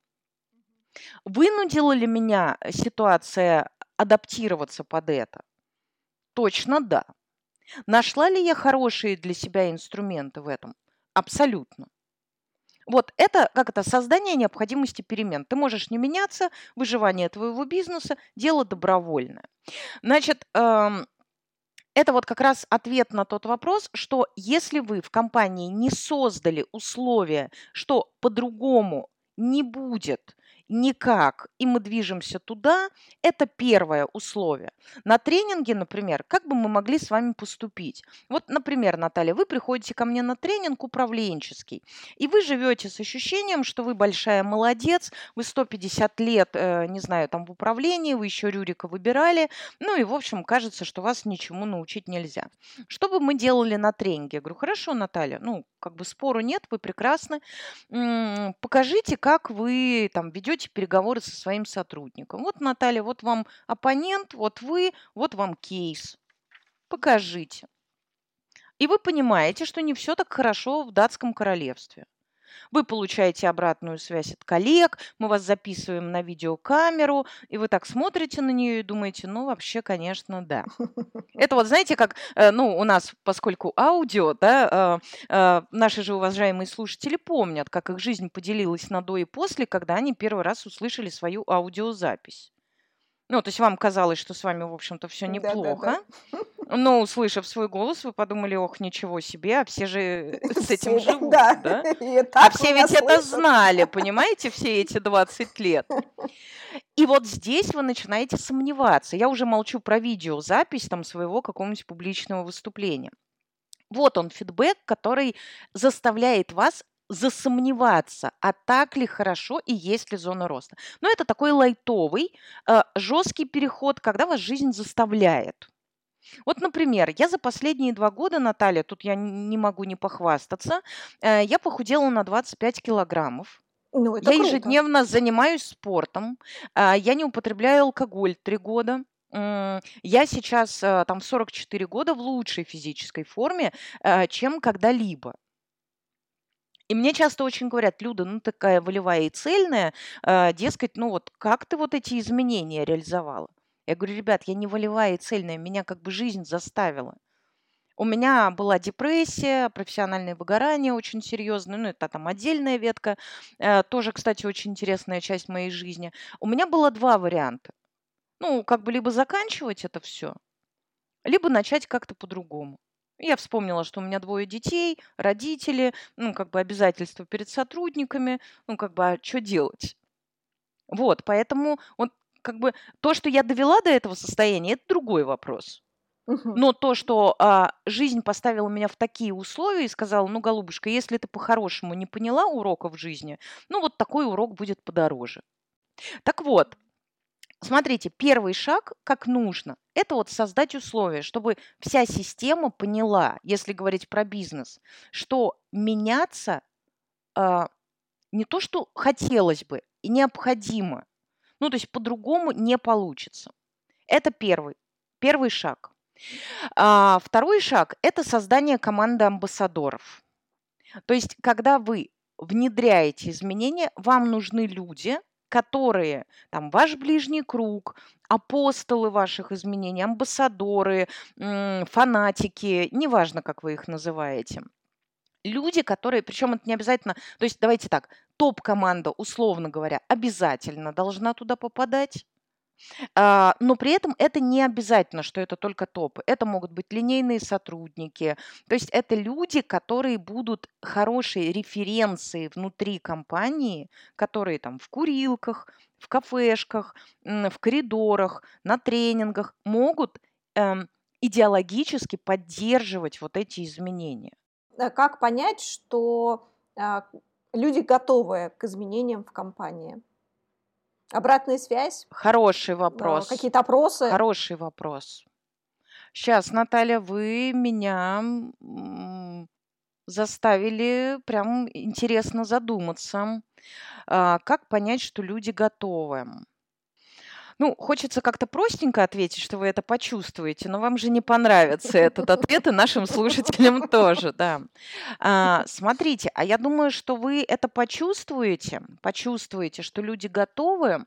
Вынудила ли меня ситуация адаптироваться под это? Точно да. Нашла ли я хорошие для себя инструменты в этом? Абсолютно. Вот это, как это, создание необходимости перемен. Ты можешь не меняться, выживание твоего бизнеса– дело добровольное. Значит, это вот как раз ответ на тот вопрос, что если вы в компании не создали условия, что по-другому не будет никак, и мы движемся туда, это первое условие. На тренинге, например, как бы мы могли с вами поступить? Вот, например, Наталья, вы приходите ко мне на тренинг управленческий, и вы живете с ощущением, что вы большая молодец, вы 150 лет, не знаю, там в управлении, вы еще Рюрика выбирали, ну и, в общем, кажется, что вас ничему научить нельзя. Что бы мы делали на тренинге? Я говорю, хорошо, Наталья, ну, как бы спору нет, вы прекрасны. Покажите, как вы там ведете переговоры со своим сотрудником. Вот, Наталья, вот вам оппонент, вот вы, вот вам кейс. Покажите. И вы понимаете, что не все так хорошо в датском королевстве. Вы получаете обратную связь от коллег, мы вас записываем на видеокамеру, и вы так смотрите на нее и думаете, ну, вообще, конечно, да. Это вот, знаете, как, ну, у нас, поскольку аудио, да, наши же уважаемые слушатели помнят, как их жизнь поделилась на до и после, когда они первый раз услышали свою аудиозапись. Ну, то есть вам казалось, что с вами, в общем-то, все Да-да-да. неплохо, но, услышав свой голос, вы подумали, ох, ничего себе, а все же с этим Все, живут, да, да? и А так все меня ведь это слышат. знали, понимаете, все эти 20 лет. И вот здесь вы начинаете сомневаться. Я уже молчу про видеозапись там своего какого-нибудь публичного выступления. Вот он фидбэк, который заставляет вас засомневаться, а так ли хорошо и есть ли зона роста. Но это такой лайтовый, жесткий переход, когда вас жизнь заставляет. Вот, например, я за последние 2 года, Наталья, тут я не могу не похвастаться, я похудела на 25 килограммов. Ну, это Я круто. ежедневно занимаюсь спортом, я не употребляю алкоголь 3 года. Я сейчас, там в 44 года в лучшей физической форме, чем когда-либо. И мне часто очень говорят: "Люда, ну такая волевая и цельная, дескать, ну вот как ты вот эти изменения реализовала?" Я говорю: "Ребят, я не волевая и цельная, меня как бы жизнь заставила". У меня была депрессия, профессиональное выгорание очень серьезное, ну, это там отдельная ветка, тоже, кстати, очень интересная часть моей жизни. У меня было 2 варианта. Ну, как бы либо заканчивать это все, либо начать как-то по-другому. Я вспомнила, что у меня 2 детей, родители, ну, как бы обязательства перед сотрудниками, ну, как бы, а чё делать? Вот, поэтому вот как бы то, что я довела до этого состояния, это другой вопрос. Мгм. Но то, что, жизнь поставила меня в такие условия и сказала: "Ну, голубушка, если ты по-хорошему не поняла урока в жизни, ну, вот такой урок будет подороже". Так вот, смотрите, первый шаг, как нужно, это вот создать условия, чтобы вся система поняла, если говорить про бизнес, что меняться, а, не то что хотелось бы и необходимо, ну, то есть по-другому не получится. Это первый шаг. 2 шаг– это создание команды амбассадоров. То есть, когда вы внедряете изменения, вам нужны люди, которые, там, ваш ближний круг, апостолы ваших изменений, амбассадоры, фанатики, неважно, как вы их называете. Люди, которые, причем это не обязательно, то есть давайте так, топ-команда, условно говоря, обязательно должна туда попадать. Но при этом это не обязательно, что это только топы. Это могут быть линейные сотрудники. То есть это люди, которые будут хорошей референцией внутри компании, которые там в курилках, в кафешках, в коридорах, на тренингах могут идеологически поддерживать вот эти изменения. Как понять, что люди готовы к изменениям в компании? Обратная связь, Хороший вопрос. какие-то опросы? Хороший вопрос. Сейчас, Наталья, вы меня заставили прям интересно задуматься. Как понять, что люди готовы? Ну, хочется как-то простенько ответить, что вы это почувствуете, но вам же не понравится этот ответ, и нашим слушателям тоже, да. Смотрите, а я думаю, что вы это почувствуете, что люди готовы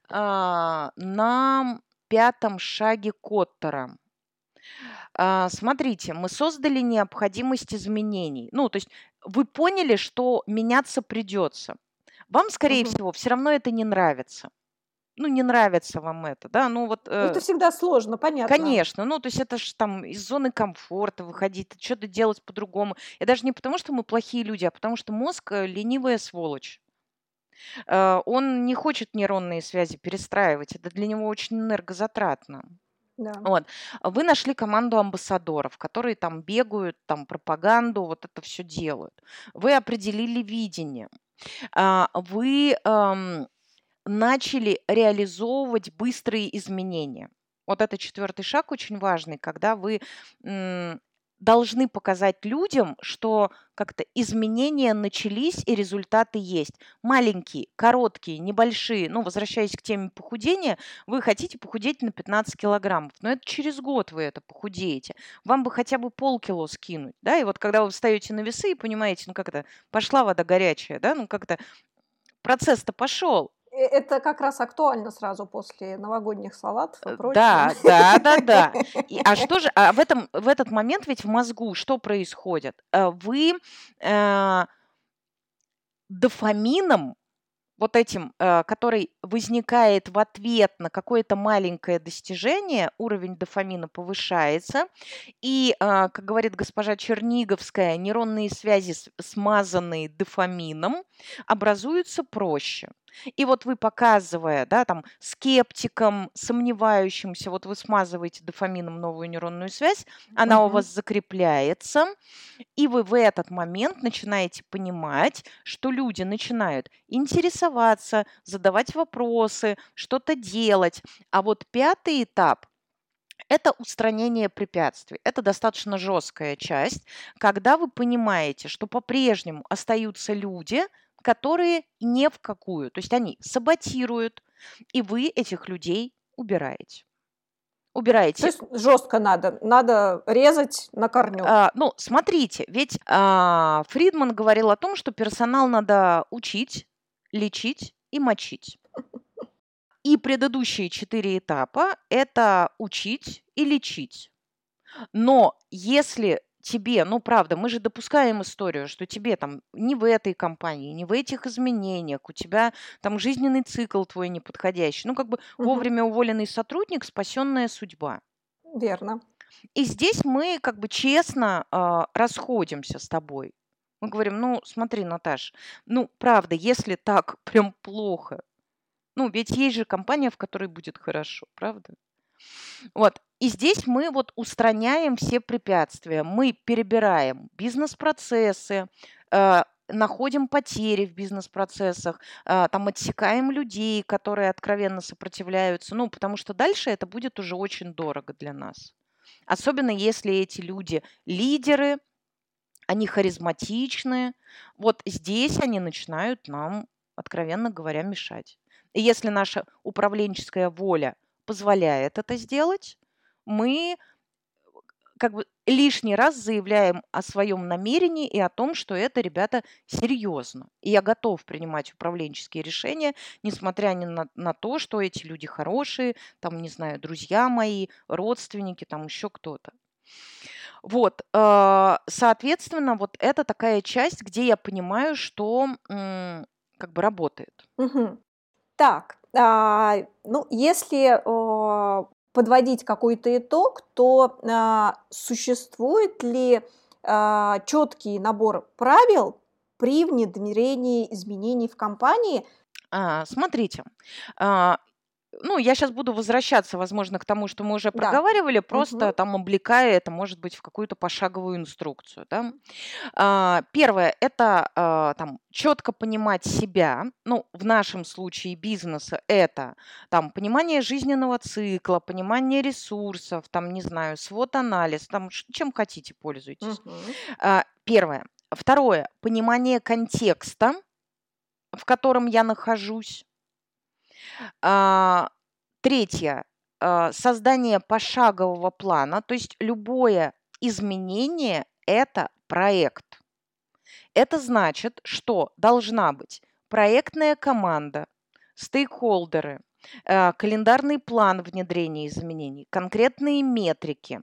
на 5-м шаге Коттера. Смотрите, мы создали необходимость изменений. Ну, то есть вы поняли, что меняться придется. Вам, скорее всего, все равно это не нравится. Ну, не нравится вам это, да, ну вот, Это всегда сложно, понятно. конечно, ну, то есть это ж там из зоны комфорта выходить, что-то делать по-другому. И даже не потому, что мы плохие люди, а потому что мозг ленивая сволочь. Он не хочет нейронные связи перестраивать, это для него очень энергозатратно. Да. Вот. Вы нашли команду амбассадоров, которые там бегают, там пропаганду, вот это все делают. Вы определили видение. Вы начали реализовывать быстрые изменения. Вот это 4-й шаг очень важный, когда вы должны показать людям, что как-то изменения начались и результаты есть. Маленькие, короткие, небольшие. Ну, возвращаясь к теме похудения, вы хотите похудеть на 15 килограммов, но это через год вы это похудеете. Вам бы хотя бы полкило скинуть, да, и вот когда вы встаете на весы и понимаете, ну как это, пошла вода горячая, да, ну как-то процесс-то пошел. Это как раз актуально сразу после новогодних салатов и прочего. Да, да. А что же, в этот момент ведь в мозгу что происходит? Вы дофамином, вот этим, который возникает в ответ на какое-то маленькое достижение, уровень дофамина повышается, и, как говорит госпожа Черниговская, нейронные связи, смазанные дофамином, образуются проще. И вот вы, показывая, да, там, скептикам, сомневающимся, вот вы смазываете дофамином новую нейронную связь, она у вас закрепляется, и вы в этот момент начинаете понимать, что люди начинают интересоваться, задавать вопросы, что-то делать. А вот 5-й этап – это устранение препятствий. Это достаточно жесткая часть, когда вы понимаете, что по-прежнему остаются люди, которые не в какую. То есть они саботируют, и вы этих людей убираете. То есть жестко надо резать на корню. Ну, смотрите, ведь Фридман говорил о том, что персонал надо учить, лечить и мочить. И предыдущие 4 этапа – это учить и лечить. Но если тебе, ну, правда, мы же допускаем историю, что тебе там не в этой компании, не в этих изменениях, у тебя там жизненный цикл твой неподходящий. Ну, как бы вовремя уволенный сотрудник – спасенная судьба. Верно. И здесь мы как бы честно расходимся с тобой. Мы говорим, ну, смотри, Наташ, ну, правда, если так прям плохо, ну, ведь есть же компания, в которой будет хорошо, правда? Вот. И здесь мы вот устраняем все препятствия. Мы перебираем бизнес-процессы, находим потери в бизнес-процессах, там отсекаем людей, которые откровенно сопротивляются, ну, потому что дальше это будет уже очень дорого для нас. Особенно если эти люди лидеры, они харизматичны. Вот здесь они начинают нам, откровенно говоря, мешать. И если наша управленческая воля позволяет это сделать, мы как бы лишний раз заявляем о своем намерении и о том, что это, ребята, серьезно. И я готов принимать управленческие решения, несмотря ни на то, что эти люди хорошие, там, не знаю, друзья мои, родственники, там еще кто-то. Вот, соответственно, вот это такая часть, где я понимаю, что как бы работает. Мгм. Так, ну, если подводить какой-то итог, то существует ли четкий набор правил при внедрении изменений в компании? Смотрите, а, ну, я сейчас буду возвращаться, возможно, к тому, что мы уже Да. проговаривали, Мгм. просто там облекая это, может быть, в какую-то пошаговую инструкцию, да. Первое- это, там четко понимать себя. Ну, в нашем случае бизнеса это там понимание жизненного цикла, понимание ресурсов, там, не знаю, свод-анализ, там чем хотите пользуйтесь. Мгм. Первое. Второе- понимание контекста, в котором я нахожусь. А, Третье- создание пошагового плана. То есть любое изменение- это проект. Это значит, что должна быть проектная команда, стейкхолдеры, календарный план внедрения изменений, конкретные метрики,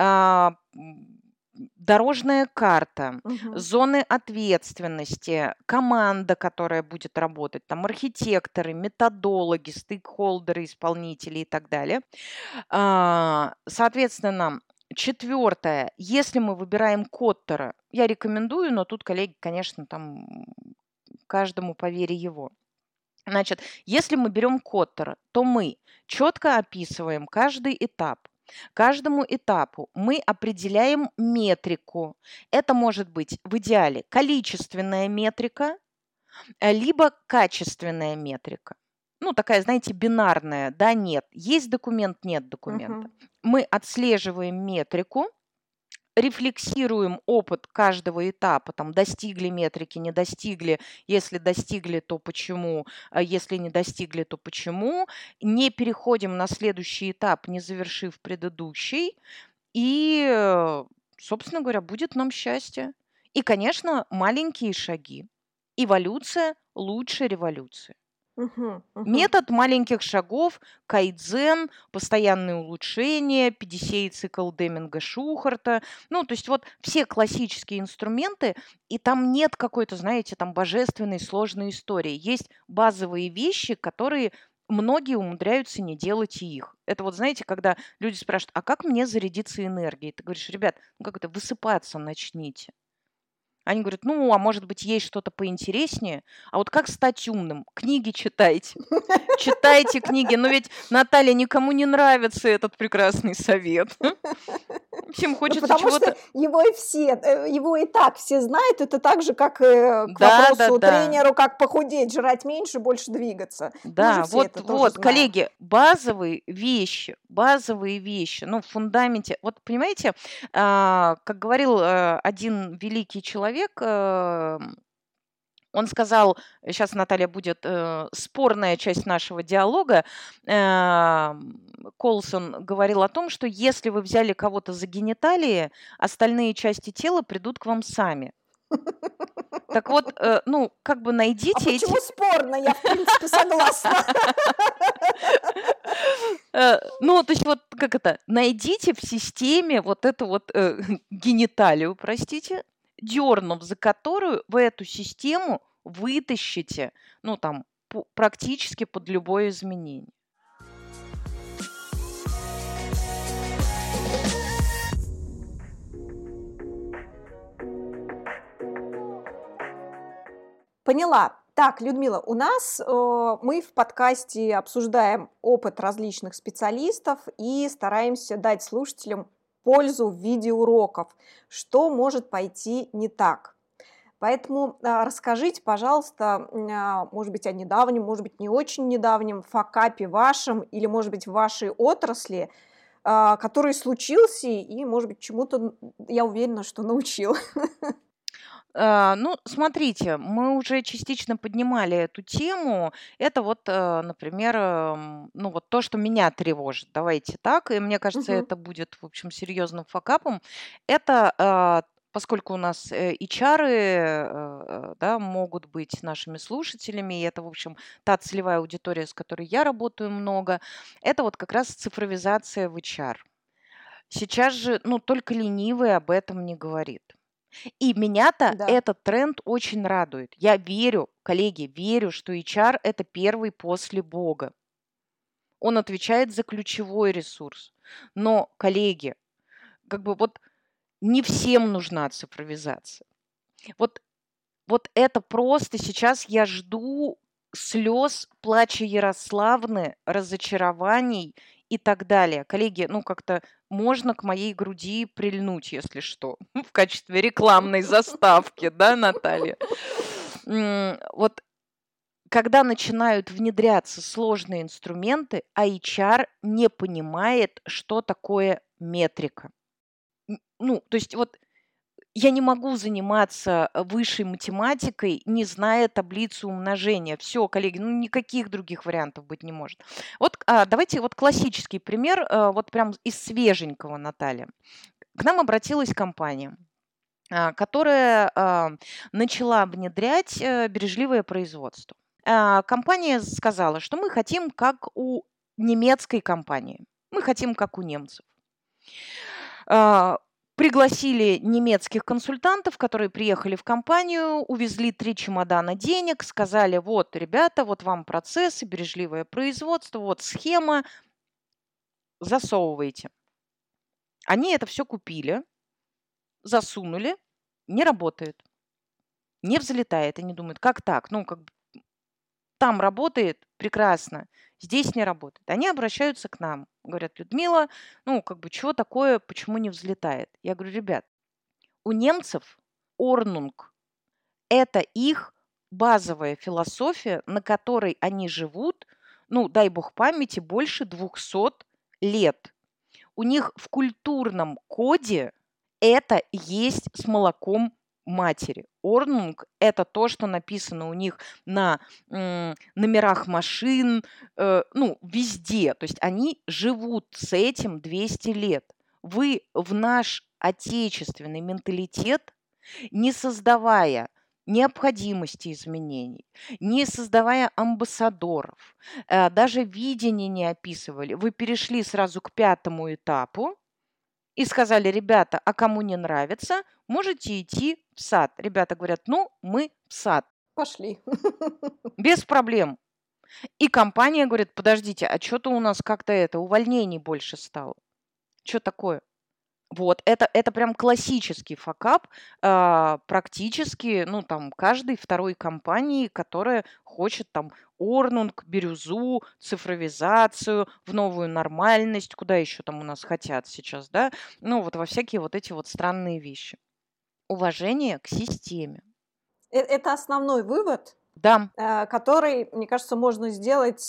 дорожная карта, Мгм. зоны ответственности, команда, которая будет работать, там архитекторы, методологи, стейкхолдеры, исполнители и так далее. Соответственно, четвертое, если мы выбираем Коттера, я рекомендую, но тут, коллеги, конечно, там каждому по вере его. Значит, если мы берем Коттера, то мы четко описываем каждый этап. Каждому этапу мы определяем метрику. Это может быть в идеале количественная метрика, либо качественная метрика. Ну, такая, знаете, бинарная, да, нет. Есть документ, нет документа. Мгм. Мы отслеживаем метрику, рефлексируем опыт каждого этапа, там, достигли метрики, не достигли, если достигли, то почему, а если не достигли, то почему, не переходим на следующий этап, не завершив предыдущий, и, собственно говоря, будет нам счастье. И, конечно, маленькие шаги. Эволюция лучше революции. Мгм. Мгм. Метод маленьких шагов, кайдзен, постоянные улучшения, 50 цикл Деминга-Шухарта. Ну, то есть вот все классические инструменты, и там нет какой-то, знаете, там божественной сложной истории. Есть базовые вещи, которые многие умудряются не делать и их. Это вот, знаете, когда люди спрашивают, а как мне зарядиться энергией? Ты говоришь, ребят, ну как это, высыпаться начните. Они говорят, ну, а может быть, есть что-то поинтереснее? А вот как стать умным? Книги читайте. Читайте книги. Но ведь, Наталья, никому не нравится этот прекрасный совет. Всем Ну, хочется потому что чего-то... его и так все знают. Это так же, как к Да, да, вопросу да. тренеру, как похудеть, жрать меньше, больше двигаться. Мы же Да, все вот, это тоже вот, знаем. коллеги, базовые вещи, ну, в фундаменте. Вот, понимаете, как говорил один великий человек, он сказал, сейчас, Наталья, будет спорная часть нашего диалога. Колсон говорил о том, что если вы взяли кого-то за гениталии, остальные части тела придут к вам сами. Так вот, ну, как бы А найдите почему эти... спорно? Я, в принципе, согласна. Ну, то есть вот как это, найдите в системе вот эту вот гениталию, простите, дернув за которую вы эту систему вытащите, ну, там, практически под любое изменение. Поняла. Так, Людмила, у нас мы в подкасте обсуждаем опыт различных специалистов и стараемся дать слушателям пользу в виде уроков, что может пойти не так. Поэтому расскажите, пожалуйста, может быть, о недавнем, может быть, не очень недавнем факапе вашем или, может быть, в вашей отрасли, который случился и, может быть, чему-то, я уверена, что научил. Ну, смотрите, мы уже частично поднимали эту тему. Это вот, например, ну вот то, что меня тревожит. Давайте так. И мне кажется, Мгм. это будет, в общем, серьезным факапом. Это поскольку у нас HR, да, могут быть нашими слушателями, и это, в общем, та целевая аудитория, с которой я работаю много, это вот как раз цифровизация в HR. Сейчас же, ну, только ленивый об этом не говорит. И меня-то Да. этот тренд очень радует. Я верю, коллеги, верю, что HR– это первый после Бога. Он отвечает за ключевой ресурс. Но, коллеги, как бы вот не всем нужна цифровизация. Вот, вот это просто сейчас я жду слез, плача Ярославны, разочарований и так далее. Коллеги, ну как-то можно к моей груди прильнуть, если что, в качестве рекламной заставки, да, Наталья? Вот когда начинают внедряться сложные инструменты, а HR не понимает, что такое метрика. Ну, то есть вот я не могу заниматься высшей математикой, не зная таблицу умножения. Все, коллеги, ну никаких других вариантов быть не может. Вот давайте вот классический пример, вот прям из свеженького, Наталья. К нам обратилась компания, которая начала внедрять бережливое производство. Компания сказала, что мы хотим как у немецкой компании, мы хотим как у немцев. Пригласили немецких консультантов, которые приехали в компанию, увезли 3 чемодана денег, сказали, вот, ребята, вот вам процессы, бережливое производство, вот схема, засовывайте. Они это все купили, засунули, не работает, не взлетает. Они думают, как так? Ну, как бы там работает прекрасно, здесь не работает. Они обращаются к нам, говорят, Людмила, ну, как бы, чего такое, почему не взлетает? Я говорю, ребят, у немцев орнунг– это их базовая философия, на которой они живут, ну, дай бог памяти, больше 200 лет. У них в культурном коде это есть с молоком матери. Орнунг– это то, что написано у них на номерах машин, ну, везде. То есть они живут с этим 200 лет. Вы в наш отечественный менталитет, не создавая необходимости изменений, не создавая амбассадоров, даже видение не описывали. Вы перешли сразу к 5-му этапу и сказали, ребята, а кому не нравится, можете идти в сад. Ребята говорят, ну, мы в сад. Пошли. Без проблем. И компания говорит, подождите, а что-то у нас как-то увольнений больше стало. Что такое? Вот, это прям классический факап, практически, ну, там, каждой второй компании, которая хочет там орнунг, бирюзу, цифровизацию, в новую нормальность, куда еще там у нас хотят сейчас, да, ну, вот во всякие вот эти вот странные вещи. Уважение к системе. Это основной вывод, Да, который, мне кажется, можно сделать,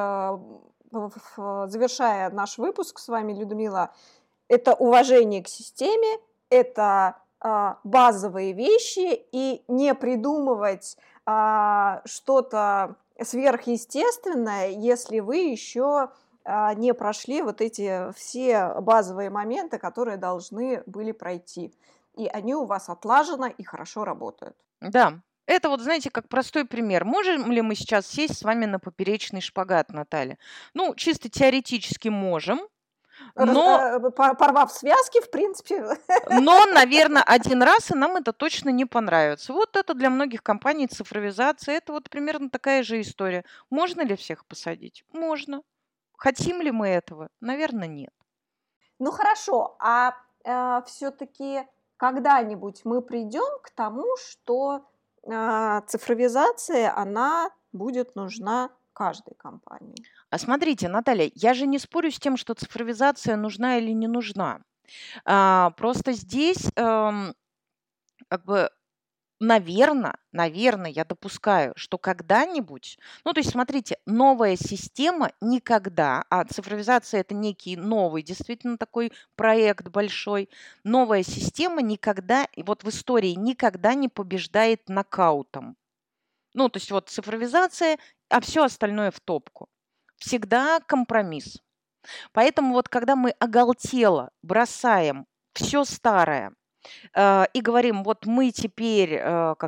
завершая наш выпуск с вами, Людмила. Это уважение к системе, это базовые вещи, и не придумывать что-то сверхъестественное, если вы еще не прошли вот эти все базовые моменты, которые должны были пройти. И они у вас отлажены и хорошо работают. да. Это вот, знаете, как простой пример. Можем ли мы сейчас сесть с вами на поперечный шпагат, Наталья? Ну, чисто теоретически можем, но Порвав связки, в принципе. Но, наверное, один раз, и нам это точно не понравится. Вот это для многих компаний цифровизация. Это вот примерно такая же история. Можно ли всех посадить? Можно. Хотим ли мы этого? Наверное, нет. Ну хорошо, а все-таки когда-нибудь мы придем к тому, что цифровизация, она будет нужна каждой компании. А смотрите, Наталья, я же не спорю с тем, что цифровизация нужна или не нужна. Просто здесь как бы наверное, я допускаю, что когда-нибудь, ну, то есть, смотрите, новая система никогда, а цифровизация– это некий новый, действительно такой проект большой, новая система никогда, и вот в истории никогда не побеждает нокаутом. Ну, то есть вот цифровизация, а все остальное в топку. Всегда компромисс. Поэтому вот когда мы оголтело бросаем все старое, и говорим, вот мы теперь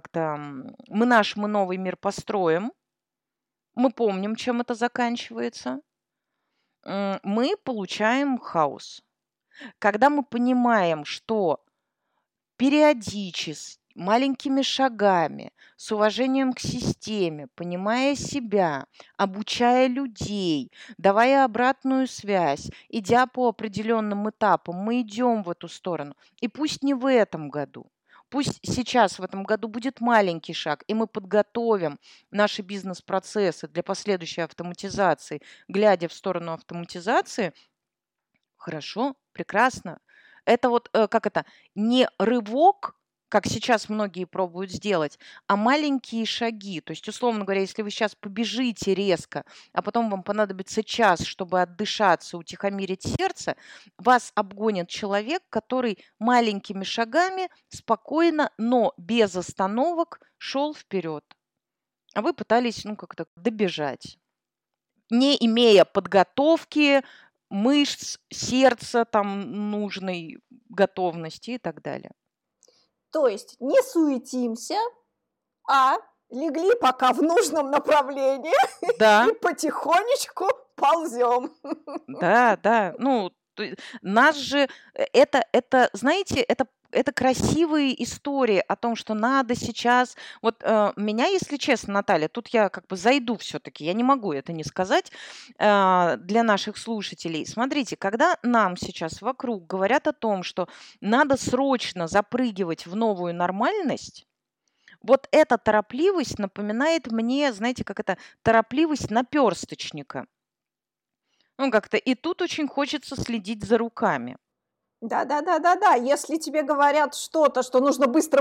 мы новый мир построим, мы помним, чем это заканчивается, мы получаем хаос. Когда мы понимаем, что периодически, маленькими шагами, с уважением к системе, понимая себя, обучая людей, давая обратную связь, идя по определенным этапам, мы идем в эту сторону. И пусть не в этом году, пусть сейчас в этом году будет маленький шаг, и мы подготовим наши бизнес-процессы для последующей автоматизации, глядя в сторону автоматизации. Хорошо, прекрасно. Это вот, не рывок, как сейчас многие пробуют сделать, а маленькие шаги. То есть, условно говоря, если вы сейчас побежите резко, а потом вам понадобится час, чтобы отдышаться, утихомирить сердце, вас обгонит человек, который маленькими шагами спокойно, но без остановок шел вперед. А вы пытались, как-то добежать, не имея подготовки, мышц, сердца, там, нужной готовности и так далее. То есть не суетимся, а легли пока в нужном направлении Да, и потихонечку ползем. да. Нас же это, знаете, это красивые истории о том, что надо сейчас. Вот меня, если честно, Наталья, тут я как бы зайду все-таки, я не могу это не сказать для наших слушателей. Смотрите, когда нам сейчас вокруг говорят о том, что надо срочно запрыгивать в новую нормальность, вот эта торопливость напоминает мне, знаете, как это торопливость наперсточника. Как-то и тут очень хочется следить за руками. Да. Если тебе говорят что-то, что нужно быстро,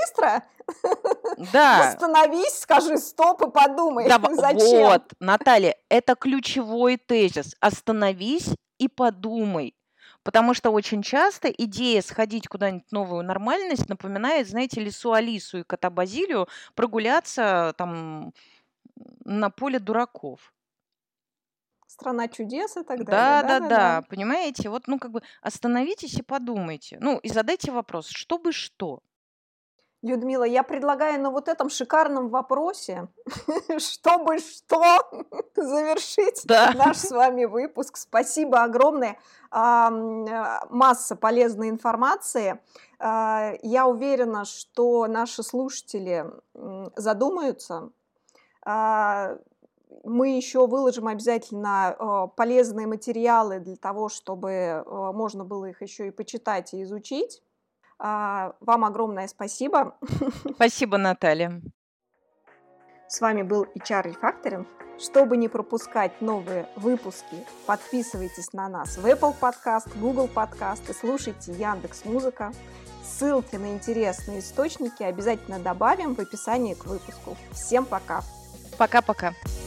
Да, остановись, скажи стоп и подумай, зачем. вот, Наталья, это ключевой тезис. Остановись и подумай. Потому что очень часто идея сходить куда-нибудь в новую нормальность напоминает, знаете, лису Алису и кота Базилию прогуляться там на поле дураков. Страна чудес и так далее. Да, понимаете? Вот, как бы остановитесь и подумайте. И задайте вопрос, чтобы что? Людмила, я предлагаю на вот этом шикарном вопросе, чтобы что, завершить Да. наш с вами выпуск. Спасибо огромное. Масса полезной информации. Я уверена, что наши слушатели задумаются. Мы еще выложим обязательно полезные материалы для того, чтобы можно было их еще и почитать и изучить. Вам огромное спасибо. Спасибо, Наталья. С вами был HR Refactoring. Чтобы не пропускать новые выпуски, подписывайтесь на нас в Apple Podcast, Google Podcast и слушайте Яндекс.Музыка. Ссылки на интересные источники обязательно добавим в описании к выпуску. Всем пока! Пока-пока.